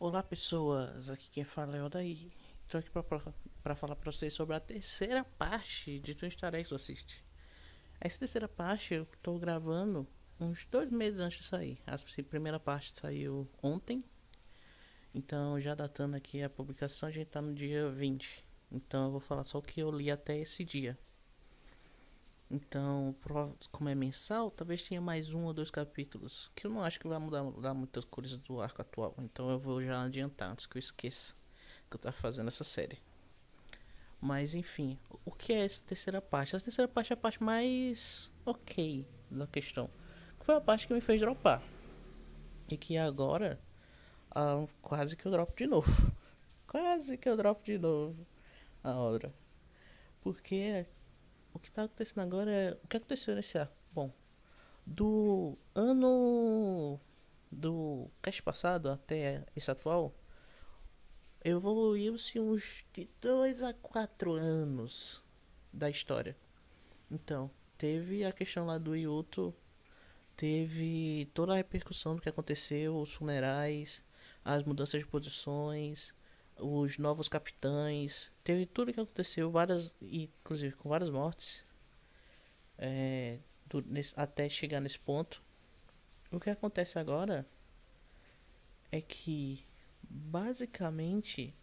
Olá pessoas, aqui quem fala é o Daí. Estou aqui para falar para vocês sobre a terceira parte de Twin Star Exorcist. Essa terceira parte eu estou gravando uns 2 meses antes de sair. A primeira parte saiu ontem, então já datando aqui a publicação, a gente está no dia 20. Então eu vou falar só o que eu li até esse dia. Então, como é mensal, talvez tenha mais 1 ou 2 capítulos, que eu não acho que vai mudar muitas coisas do arco atual. Então eu vou já adiantar antes que eu esqueça que eu tava fazendo essa série. Mas enfim, o que é essa terceira parte? Essa terceira parte é a parte mais ok da questão. Foi a parte que me fez dropar. E que agora quase que eu dropo de novo. Quase que eu dropo de novo a obra. Porque o que tá acontecendo agora é. O que aconteceu nesse arco? Bom, do ano do cast passado até esse atual, evoluiu-se uns de 2 a 4 anos da história. Então, teve a questão lá do Yuto, teve toda a repercussão do que aconteceu, os funerais, as mudanças de posições, os novos capitães, teve tudo o que aconteceu, várias, inclusive com várias mortes, até chegar nesse ponto. O que acontece agora é que, basicamente,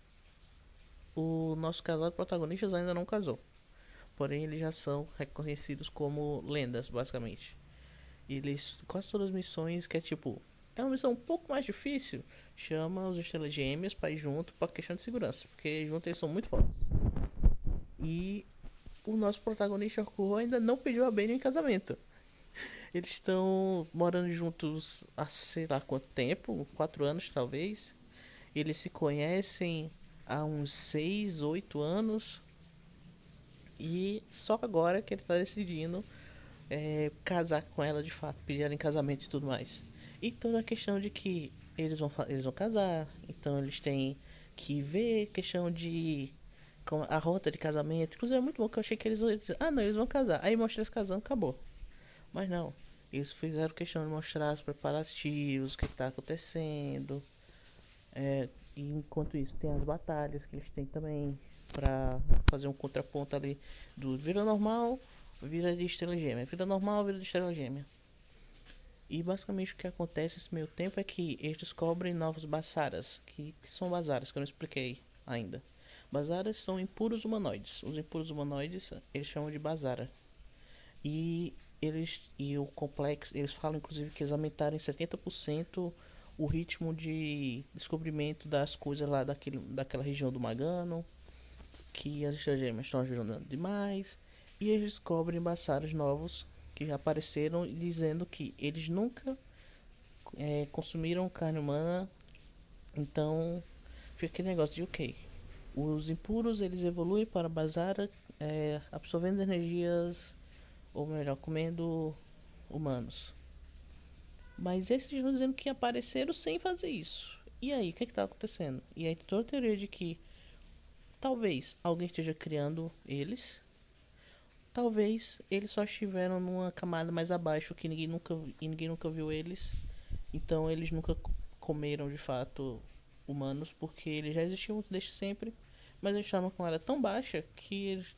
o nosso casal de protagonistas ainda não casou. Porém, eles já são reconhecidos como lendas, basicamente. Eles, quase todas as missões que é tipo, é uma missão um pouco mais difícil, chama os estrelas gêmeas para ir junto para questão de segurança, porque juntos eles são muito fortes. E o nosso protagonista Arcuro ainda não pediu a Benny em casamento. Eles estão morando juntos há sei lá quanto tempo, 4 anos talvez. Eles se conhecem há uns 6, 8 anos. E só agora que ele está decidindo casar com ela de fato, pedir ela em casamento e tudo mais. E toda a questão de que eles vão casar, então eles têm que ver questão de a rota de casamento. Inclusive é muito bom que eu achei que eles iam dizer, ah não, eles vão casar. Aí mostra eles casando, acabou. Mas não, eles fizeram questão de mostrar os preparativos, o que está acontecendo. E enquanto isso tem as batalhas que eles têm também pra fazer um contraponto ali do vira normal, vira de estrela gêmea, vira normal, vira de estrela gêmea. E basicamente o que acontece nesse meio tempo é que eles descobrem novos Basaras. Que são Basaras, que eu não expliquei ainda. Basaras são impuros humanoides. Os impuros humanoides eles chamam de Basara. E o complexo, eles falam inclusive que eles aumentaram em 70% o ritmo de descobrimento das coisas lá daquela região do Magano, que as estrelas gêmeas estão ajudando demais. E eles descobrem Bassaras novos que já apareceram dizendo que eles nunca consumiram carne humana. Então fica aquele negócio de ok. Os impuros eles evoluem para Basara, absorvendo energias, ou melhor, comendo humanos. Mas esses estão dizendo que apareceram sem fazer isso. E aí, o que está acontecendo? E aí, toda a teoria de que talvez alguém esteja criando eles, talvez eles só estiveram numa camada mais abaixo que ninguém nunca viu eles. Então eles nunca comeram de fato humanos, porque eles já existiam desde sempre, mas eles estavam com uma área tão baixa que eles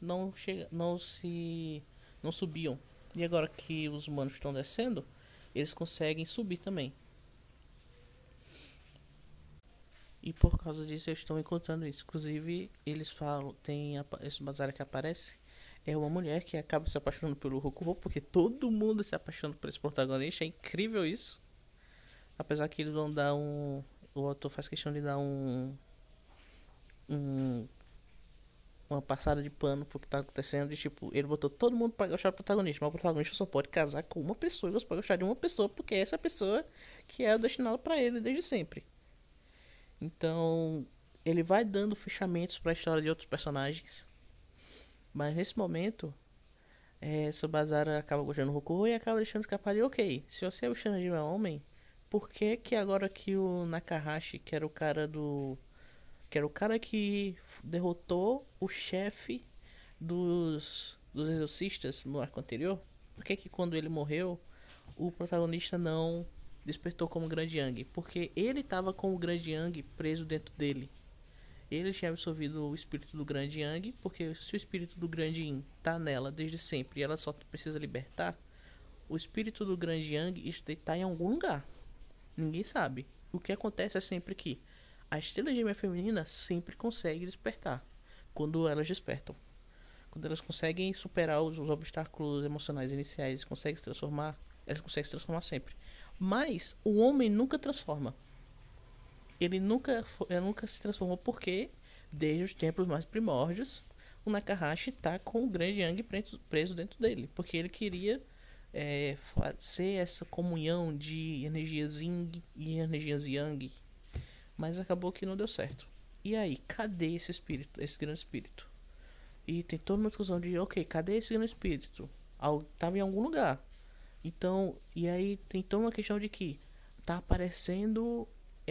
não subiam. E agora que os humanos estão descendo, eles conseguem subir também. E por causa disso eles estão encontrando isso. Inclusive, eles falam, tem esse Bazar que aparece, é uma mulher que acaba se apaixonando pelo Rokuro, porque todo mundo se apaixona por esse protagonista, é incrível isso. Apesar que eles vão dar um. O autor faz questão de dar um uma passada de pano pro que tá acontecendo. De tipo, ele botou todo mundo pra gostar do protagonista, mas o protagonista só pode casar com uma pessoa e você pode gostar de uma pessoa, porque é essa pessoa que é o destinado pra ele desde sempre. Então, ele vai dando fechamentos pra história de outros personagens, mas nesse momento, Subazara acaba gostando do Rokuro e acaba deixando escapar de ok. Se você é o Shanji é homem, por que que agora que o Nakahashi, que era o cara que derrotou o chefe dos exorcistas no arco anterior, por que que quando ele morreu, o protagonista não despertou como Grande Yang? Porque ele estava com o Grande Yang preso dentro dele. Ele tinha absorvido o espírito do Grande Yang, porque se o espírito do Grande Yin tá nela desde sempre e ela só precisa libertar, o espírito do Grande Yang está em algum lugar. Ninguém sabe. O que acontece é sempre que a estrela gêmea feminina sempre consegue despertar. Quando elas despertam. Quando elas conseguem superar os obstáculos emocionais iniciais, conseguem se transformar, elas conseguem se transformar sempre. Mas o homem nunca transforma. Ele nunca se transformou porque, desde os tempos mais primórdios, o Nakahashi está com o grande Yang preso dentro dele. Porque ele queria fazer essa comunhão de energias Yin e energias Yang. Mas acabou que não deu certo. E aí, cadê esse espírito, esse grande espírito? E tem toda uma discussão de, ok, cadê esse grande espírito? Tava em algum lugar. Então, e aí tem toda uma questão de que tá aparecendo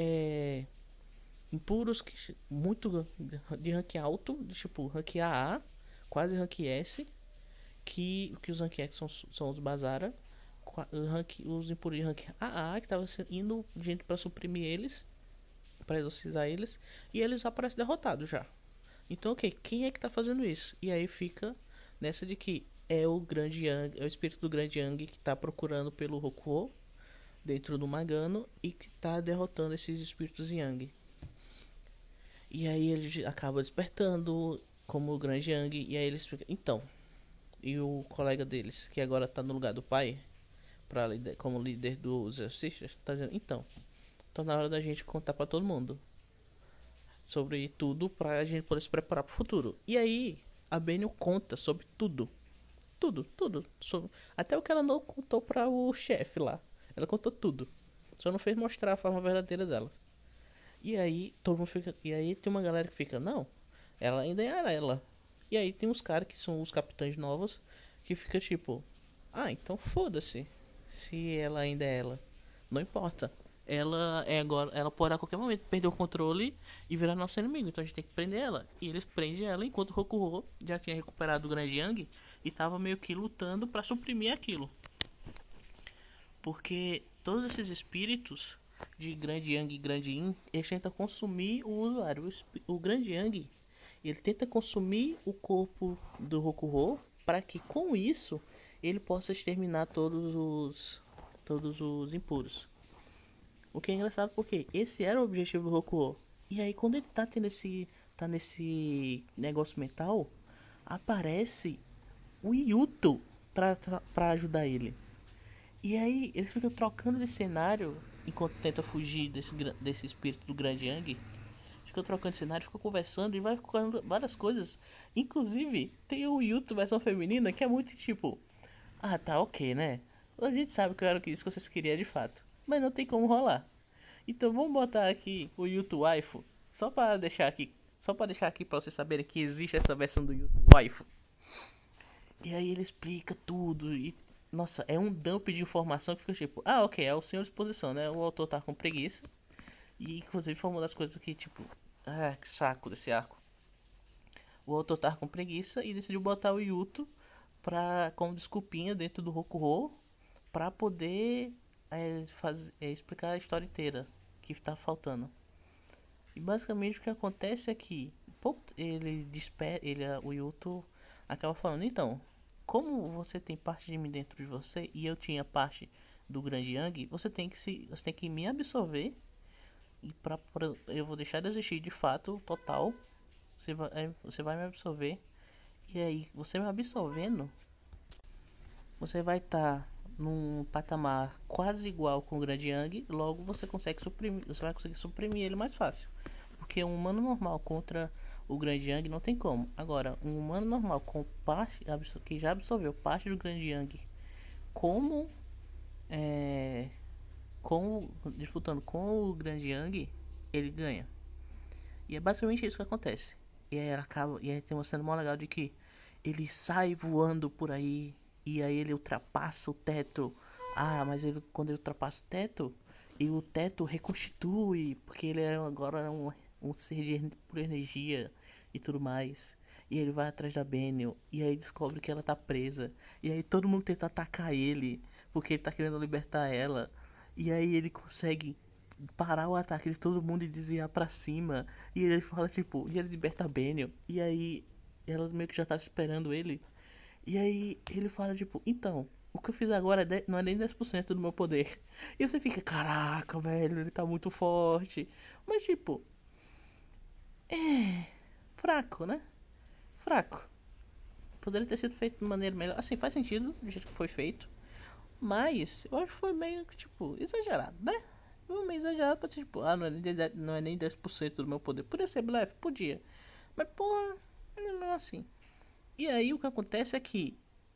impuros que, muito de rank alto, tipo rank AA, quase rank S, que os rank S são os Bazara, os impuros de rank AA que estavam indo gente para suprimir eles, para exorcizar eles, e eles aparecem derrotados já. Então, ok, quem é que tá fazendo isso? E aí fica nessa de que é o grande Yang, é o espírito do grande Yang que tá procurando pelo Rokuo dentro do Magano e que tá derrotando esses espíritos Yang. E aí ele acaba despertando como o grande Yang e aí ele explica, então, e o colega deles, que agora tá no lugar do pai, como líder dos exorcistas, tá dizendo, então, tá na hora da gente contar pra todo mundo sobre tudo pra gente poder se preparar pro futuro. E aí, a Benio conta sobre tudo. Tudo, tudo. Até o que ela não contou pra o chefe lá. Ela contou tudo. Só não fez mostrar a forma verdadeira dela. E aí, todo mundo fica. E aí tem uma galera que fica, não, ela ainda era ela. E aí tem uns caras que são os capitães novos que fica tipo, ah, então foda-se se ela ainda é ela. Não importa. Ela é agora, ela pode a qualquer momento perder o controle e virar nosso inimigo. Então a gente tem que prender ela. E eles prendem ela enquanto o Rokuho já tinha recuperado o Grande Yang e tava meio que lutando para suprimir aquilo. Porque todos esses espíritos de Grande Yang e Grande Yin, eles tentam consumir o usuário. O Grande Yang, ele tenta consumir o corpo do Rokuho para que com isso ele possa exterminar todos os impuros. O que é engraçado porque esse era o objetivo do Rokuo. E aí quando ele tá nesse negócio mental, aparece o Yuto pra ajudar ele. E aí eles ficam trocando de cenário enquanto tenta fugir desse espírito do grande Yang. Fica trocando de cenário, fica conversando e vai ficando várias coisas. Inclusive, tem o Yuto versão feminina que é muito tipo, ah, tá, ok, né? A gente sabe que era isso que vocês queriam de fato, mas não tem como rolar. Então vamos botar aqui o Yuto Waifu, só para deixar aqui para vocês saberem que existe essa versão do Yuto Waifu. E aí ele explica tudo e nossa, é um dump de informação que fica tipo, ah, ok, é o senhor exposição, né? O autor tá com preguiça. E inclusive foi uma das coisas que, tipo, ah, que saco desse arco. O autor tava com preguiça e decidiu botar o Yuto como desculpinha dentro do Rokuho pra poder explicar a história inteira que tá faltando. E basicamente o que acontece é que o Yuto acaba falando, então, como você tem parte de mim dentro de você e eu tinha parte do grande Yang, você tem que me absorver e eu vou deixar de existir de fato total. Você vai me absorver e aí você me absorvendo, você vai estar num patamar quase igual com o grande Yang, logo você vai conseguir suprimir ele mais fácil. Porque um humano normal contra o grande Yang não tem como. Agora, um humano normal com parte que já absorveu parte do grande Yang, como disputando com o grande Yang, ele ganha. E é basicamente isso que acontece. E aí tem uma cena mó legal de que ele sai voando por aí e aí ele ultrapassa o teto. Ah, mas quando ele ultrapassa o teto, e o teto reconstitui, porque ele agora é um ser por energia e tudo mais. E ele vai atrás da Benio, e aí descobre que ela tá presa. E aí todo mundo tenta atacar ele, porque ele tá querendo libertar ela. E aí ele consegue parar o ataque de todo mundo e desviar pra cima. E ele fala, tipo, e ele liberta a Benio. E aí ela meio que já tá esperando ele. E aí ele fala, tipo, então, o que eu fiz agora não é nem 10% do meu poder. E você fica, caraca, velho, ele tá muito forte. Mas, tipo, é. Fraco, né? Fraco. Poderia ter sido feito de maneira melhor. Assim, faz sentido do jeito que foi feito. Mas eu acho que foi meio que, tipo, exagerado, né? Foi meio exagerado pra ser, tipo, não é nem 10% do meu poder. Podia ser blefe? Podia. Mas, porra, não é assim. E aí o que acontece é que,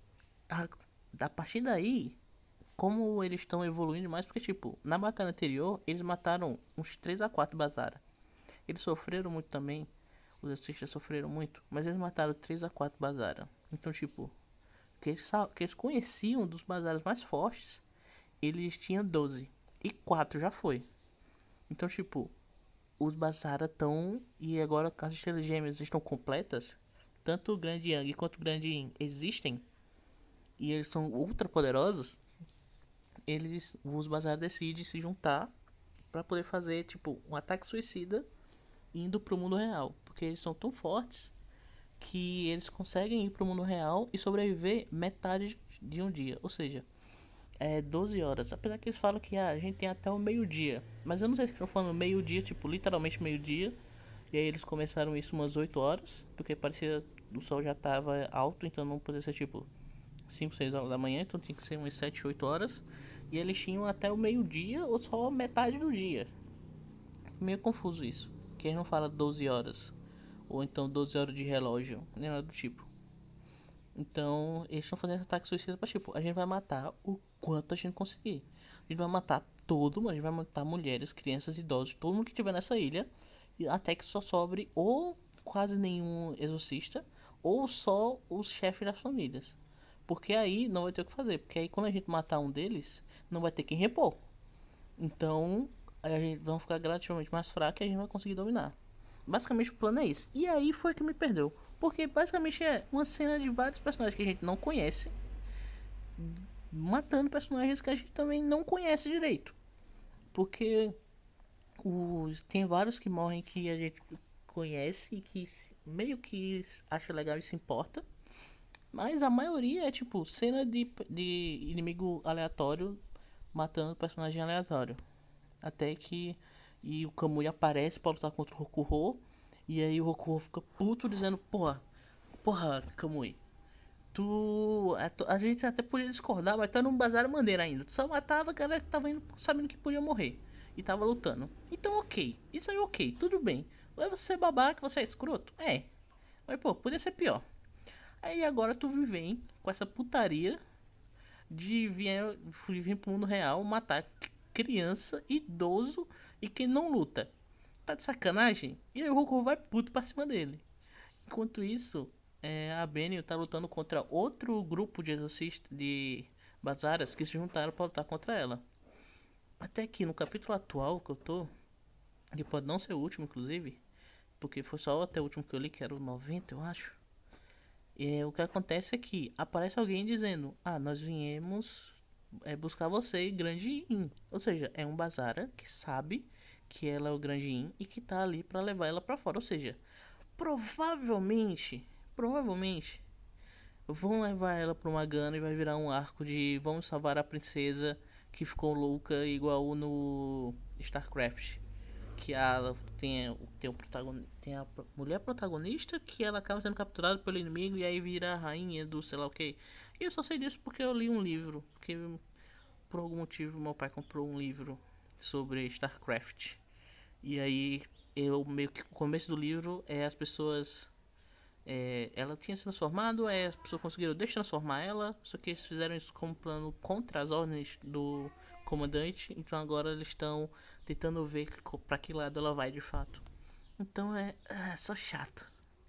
a partir daí, como eles estão evoluindo mais, porque, tipo, na batalha anterior, eles mataram uns 3 a 4 Bazara. Eles sofreram muito também, os exorcistas sofreram muito, mas eles mataram 3 a 4 Bazara. Então, tipo, que eles conheciam dos Bazaras mais fortes, eles tinham 12. E 4 já foi. Então, tipo, os Bazara estão. E agora que as estrelas gêmeas estão completas, tanto o Grande Yang quanto o Grande Yin existem, e eles são ultra poderosos, os Bazar decidem se juntar para poder fazer tipo um ataque suicida indo pro mundo real, porque eles são tão fortes que eles conseguem ir pro mundo real e sobreviver metade de um dia, ou seja, 12 horas. Apesar que eles falam que a gente tem até o meio-dia, mas eu não sei se estão falando meio-dia, tipo literalmente meio-dia. E aí eles começaram isso umas 8 horas, porque parecia o sol já estava alto, então não podia ser tipo 5, 6 horas da manhã, então tinha que ser umas 7, 8 horas. E eles tinham até o meio-dia ou só metade do dia. Meio confuso isso. Que eles não fala 12 horas. Ou então 12 horas de relógio. Nem nada do tipo. Então eles estão fazendo esse ataque suicida pra tipo, a gente vai matar o quanto a gente conseguir. A gente vai matar todo mundo. A gente vai matar mulheres, crianças, idosos, todo mundo que estiver nessa ilha. Até que só sobre ou quase nenhum exorcista. Ou só os chefes das famílias. Porque aí não vai ter o que fazer. Porque aí quando a gente matar um deles, não vai ter quem repor. Então, a gente vai ficar gradativamente mais fraco e a gente vai conseguir dominar. Basicamente o plano é isso. E aí foi que me perdeu. Porque basicamente é uma cena de vários personagens que a gente não conhece. Matando personagens que a gente também não conhece direito. Porque tem vários que morrem que a gente conhece e que meio que acha legal e se importa. Mas a maioria é tipo cena de inimigo aleatório matando personagem aleatório. Até que o Kamui aparece pra lutar contra o Rokuho. E aí o Rokuho fica puto dizendo, porra, Kamui. A gente até podia discordar, mas tu era um bazar maneiro ainda. Tu só matava a galera que tava indo sabendo que podia morrer. E tava lutando. Então ok, isso aí ok, tudo bem. Ou é você babaca, você é escroto? É. Mas pô, podia ser pior. Aí agora tu vem com essa putaria de vir pro mundo real matar criança, idoso e quem não luta. Tá de sacanagem? E aí o Goku vai puto pra cima dele. Enquanto isso, a Benio tá lutando contra outro grupo de exorcistas de Bazaras que se juntaram pra lutar contra ela. Até que no capítulo atual que eu tô, que pode não ser o último inclusive, porque foi só até o último que eu li, que era o 90 eu acho. O que acontece é que aparece alguém dizendo: ah, nós viemos buscar você, Grande In. Ou seja, é um Bazara que sabe que ela é o Grande In e que tá ali pra levar ela pra fora. Ou seja, provavelmente, vão levar ela pra uma gana e vai virar um arco de vamos salvar a princesa que ficou louca igual no StarCraft. Que tem a mulher protagonista que ela acaba sendo capturada pelo inimigo e aí vira a rainha do sei lá o que. E eu só sei disso porque eu li um livro. Porque por algum motivo meu pai comprou um livro sobre StarCraft. E aí eu meio que o começo do livro é as pessoas. Ela tinha se transformado, as pessoas conseguiram destransformar ela, só que eles fizeram isso como plano contra as ordens do comandante, então agora eles estão tentando ver para que lado ela vai de fato. Então é só chato.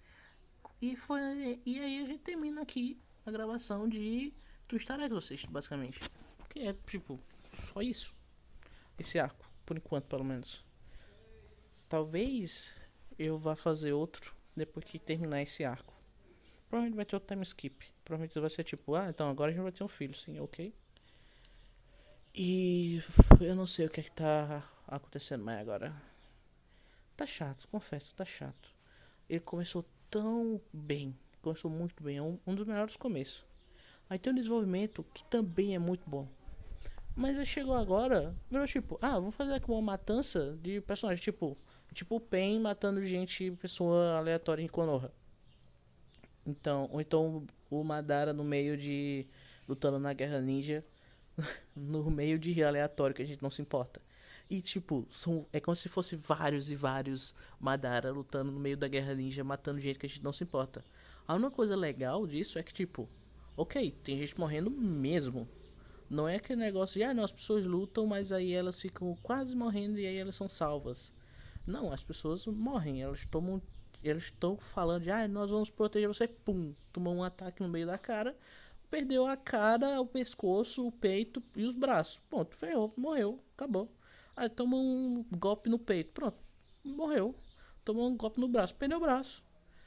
E aí a gente termina aqui a gravação de Twistar Exorcist, basicamente. Que é tipo, só isso. Esse arco, por enquanto pelo menos. Talvez eu vá fazer outro depois que terminar esse arco. Provavelmente vai ter outro time skip. Provavelmente vai ser tipo, ah, então agora a gente vai ter um filho, sim, ok? E eu não sei o que é que tá acontecendo mais agora. Tá chato, confesso, tá chato. Ele começou tão bem, começou muito bem, é um dos melhores começos. Aí tem um desenvolvimento que também é muito bom. Mas aí chegou agora, virou tipo, vamos fazer aqui uma matança de personagens, tipo o Pen matando gente, pessoa aleatória em Konoha. Então, ou então o Madara no meio de lutando na Guerra Ninja, no meio de aleatório que a gente não se importa. E tipo, é como se fosse vários e vários Madara lutando no meio da Guerra Ninja, matando gente que a gente não se importa. A única coisa legal disso é que tipo, ok, tem gente morrendo mesmo. Não é aquele negócio de, não, as pessoas lutam, mas aí elas ficam quase morrendo e aí elas são salvas. Não, as pessoas morrem, eles estão falando de, nós vamos proteger você, pum, tomou um ataque no meio da cara, perdeu a cara, o pescoço, o peito e os braços. Pronto, ferrou, morreu, acabou. Aí toma um golpe no peito, pronto, morreu. Tomou um golpe no braço, perdeu o braço.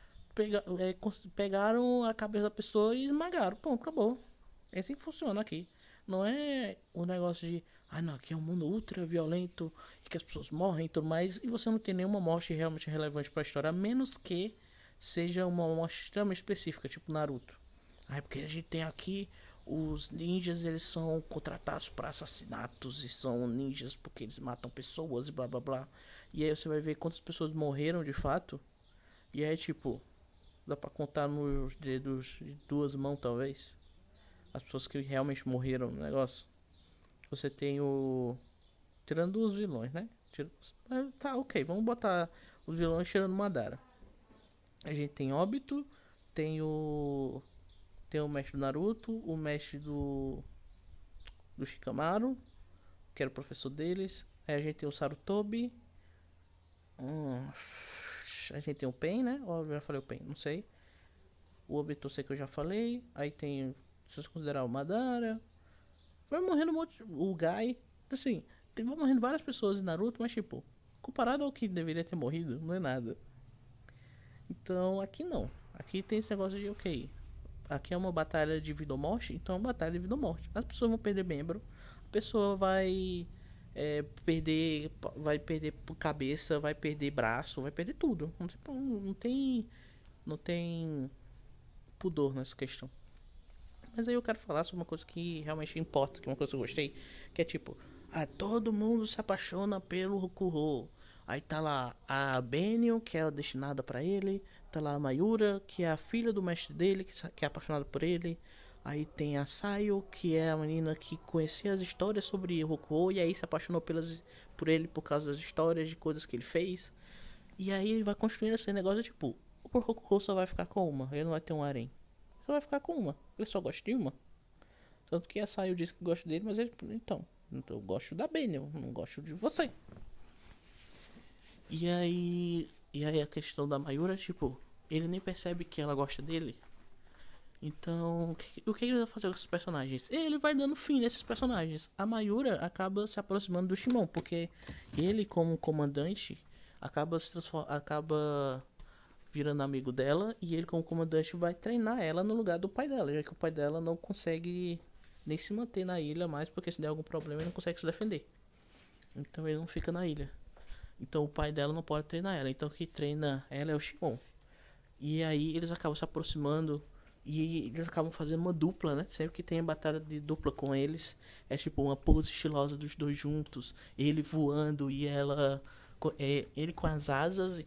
Pegaram a cabeça da pessoa e esmagaram, pronto, acabou. É assim que funciona aqui. Não é o negócio de, não, aqui é um mundo ultra violento e que as pessoas morrem e tudo mais, e você não tem nenhuma morte realmente relevante para a história, a menos que seja uma morte extremamente específica, tipo Naruto. Porque a gente tem aqui os ninjas, eles são contratados para assassinatos e são ninjas porque eles matam pessoas e blá blá blá. E aí você vai ver quantas pessoas morreram de fato, e aí tipo, dá pra contar nos dedos de duas mãos talvez as pessoas que realmente morreram no negócio. Você tem o. Tirando os vilões, né? Tá, ok, vamos botar os vilões tirando Madara. A gente tem Obito, tem o. Tem o mestre do Naruto, o mestre do Shikamaru, que era o professor deles. Aí a gente tem o Sarutobi. A gente tem o Pen, né? Ou eu já falei o Pen, não sei. O Obito eu sei que eu já falei. Aí tem. Se você considerar o Madara. Vai morrendo um monte. O Gai. Assim, vai morrendo várias pessoas em Naruto, mas tipo, comparado ao que deveria ter morrido, não é nada. Então aqui não. Aqui tem esse negócio de, ok, aqui é uma batalha de vida ou morte, então é uma batalha de vida ou morte. As pessoas vão perder membro, a pessoa vai perder cabeça, vai perder braço, vai perder tudo. Não tem pudor nessa questão. Mas aí eu quero falar sobre uma coisa que realmente importa, que é uma coisa que eu gostei, que é tipo, todo mundo se apaixona pelo Rokuho. Aí tá lá a Benio, que é destinada para ele, tá lá a Mayura, que é a filha do mestre dele, que é apaixonada por ele. Aí tem a Sayo, que é a menina que conhecia as histórias sobre Rokuho e aí se apaixonou por ele por causa das histórias de coisas que ele fez. E aí ele vai construindo esse negócio tipo, o Rokuho só vai ficar com uma, ele não vai ter um harém. Só vai ficar com uma, ele só gosta de uma. Tanto que a Sayo disse que gosta dele, mas ele. Então eu gosto da Benny, eu não gosto de você. E aí a questão da Mayura, tipo, ele nem percebe que ela gosta dele. Então, o que ele vai fazer com esses personagens? Ele vai dando fim nesses personagens. A Mayura acaba se aproximando do Shimon, porque ele, como comandante, acaba virando amigo dela, e ele, como comandante, vai treinar ela no lugar do pai dela, já que o pai dela não consegue nem se manter na ilha mais, porque se der algum problema ele não consegue se defender. Então ele não fica na ilha. Então o pai dela não pode treinar ela. Então quem treina ela é o Shimon. E aí eles acabam se aproximando e eles acabam fazendo uma dupla, né? Sempre que tem a batalha de dupla com eles, é tipo uma pose estilosa dos dois juntos, ele voando e ela, ele com as asas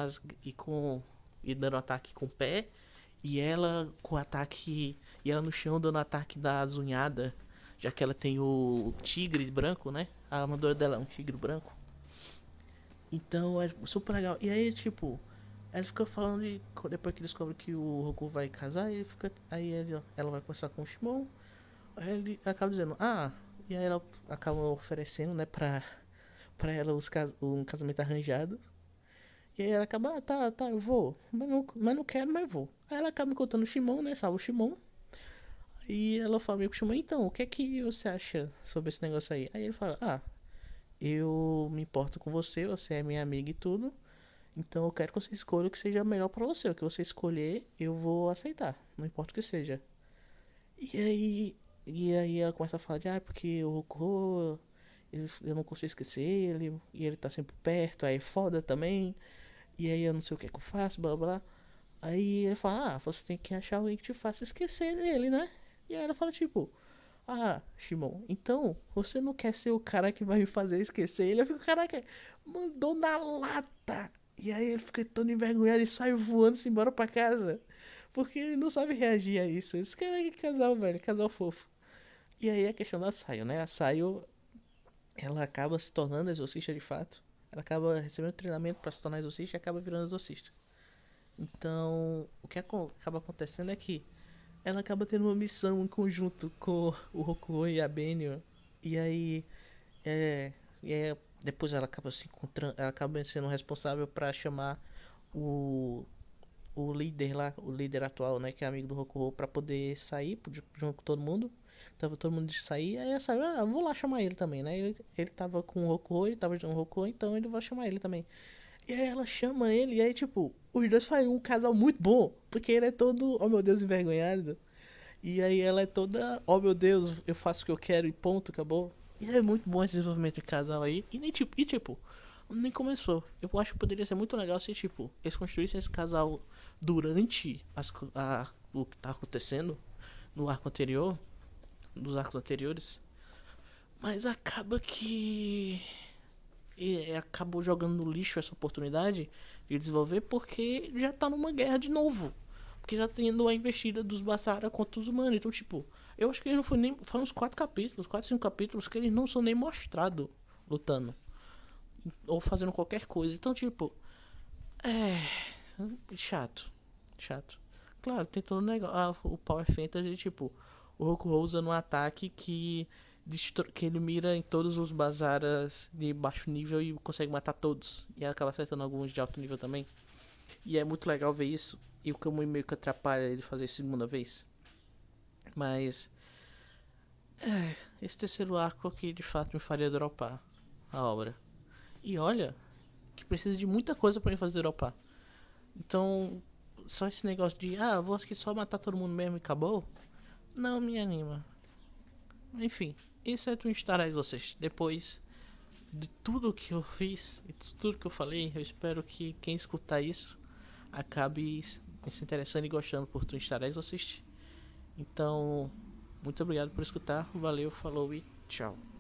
e dando ataque com o pé, e ela com ataque e ela no chão dando ataque da zunhada, já que ela tem o tigre branco, né? A armadura dela é um tigre branco. Então é super legal. E aí, tipo, ela fica falando de. Depois que descobre que o Roku vai casar, ela vai conversar com o Shimon. Aí ele acaba dizendo, e aí ela acaba oferecendo, né, pra ela um casamento arranjado. E aí ela acaba, tá, eu vou. Mas não quero, mas vou. Aí ela acaba encontrando o Shimon, né, salva o Shimon. E ela fala meio que o Shimon, então, o que é que você acha sobre esse negócio aí? Aí ele fala, eu me importo com você, você é minha amiga e tudo. Então eu quero que você escolha o que seja melhor pra você. O que você escolher, eu vou aceitar. Não importa o que seja. E aí E aí ela começa a falar de, porque o Roku, eu não consigo esquecer ele, e ele tá sempre perto, aí é foda também, e aí eu não sei o que é que eu faço, blá blá. Aí ele fala, você tem que achar alguém que te faça esquecer dele, né? E aí ela fala tipo, Shimon, então você não quer ser o cara que vai me fazer esquecer ele? Eu fico, caraca, mandou na lata. E aí ele fica todo envergonhado e sai voando-se embora pra casa. Porque ele não sabe reagir a isso. Esse cara é casal, velho, casal fofo. E aí a questão da Sayo, né? A Sayo, ela acaba se tornando exorcista de fato. Ela acaba recebendo treinamento pra se tornar exorcista e acaba virando exorcista. Então, o que acaba acontecendo é que ela acaba tendo uma missão em conjunto com o Rokuo e a Benio. E aí, é, depois ela acaba se encontrando, ela acaba sendo responsável para chamar o, o líder lá, o líder atual, né, que é amigo do Rokuo, para poder sair junto com todo mundo. Tava todo mundo de sair, aí ela saiu, vou lá chamar ele também, né? Ele tava com o Rokuo, ele tava com o Rokuo, então ele vai chamar ele também. E aí ela chama ele, e aí, tipo, os dois fazem um casal muito bom. Porque ele é todo, oh meu Deus, envergonhado. E aí ela é toda, oh meu Deus, eu faço o que eu quero e ponto, acabou. E é muito bom esse desenvolvimento de casal aí. E tipo, nem começou. Eu acho que poderia ser muito legal se, tipo, eles construíssem esse casal durante o que tá acontecendo no arco anterior, nos arcos anteriores. Mas acaba que acabou jogando no lixo essa oportunidade de desenvolver porque já tá numa guerra de novo. Porque já tendo a investida dos Basara contra os humanos. Então, tipo, eu acho que eles não foi nem. Foram uns 4 capítulos, 4, 5 capítulos que eles não são nem mostrados lutando. Ou fazendo qualquer coisa. Então, tipo, é. Chato. Chato. Claro, tem todo o negócio. O Power Fantasy, tipo, o Rokuou usa no ataque que ele mira em todos os Bazaras de baixo nível e consegue matar todos. E acaba acertando alguns de alto nível também. E é muito legal ver isso. E o Kamui meio que atrapalha ele fazer isso segunda vez. Mas esse terceiro arco aqui de fato me faria dropar a obra. E olha que precisa de muita coisa pra me fazer dropar. Então, só esse negócio de vou aqui só matar todo mundo mesmo e acabou, não me anima. Enfim, isso é Twin Star Rail, vocês. Depois de tudo que eu fiz e de tudo que eu falei, eu espero que quem escutar isso acabe se interessando e gostando por Twin Star Rail, vocês. Então, muito obrigado por escutar. Valeu, falou e tchau.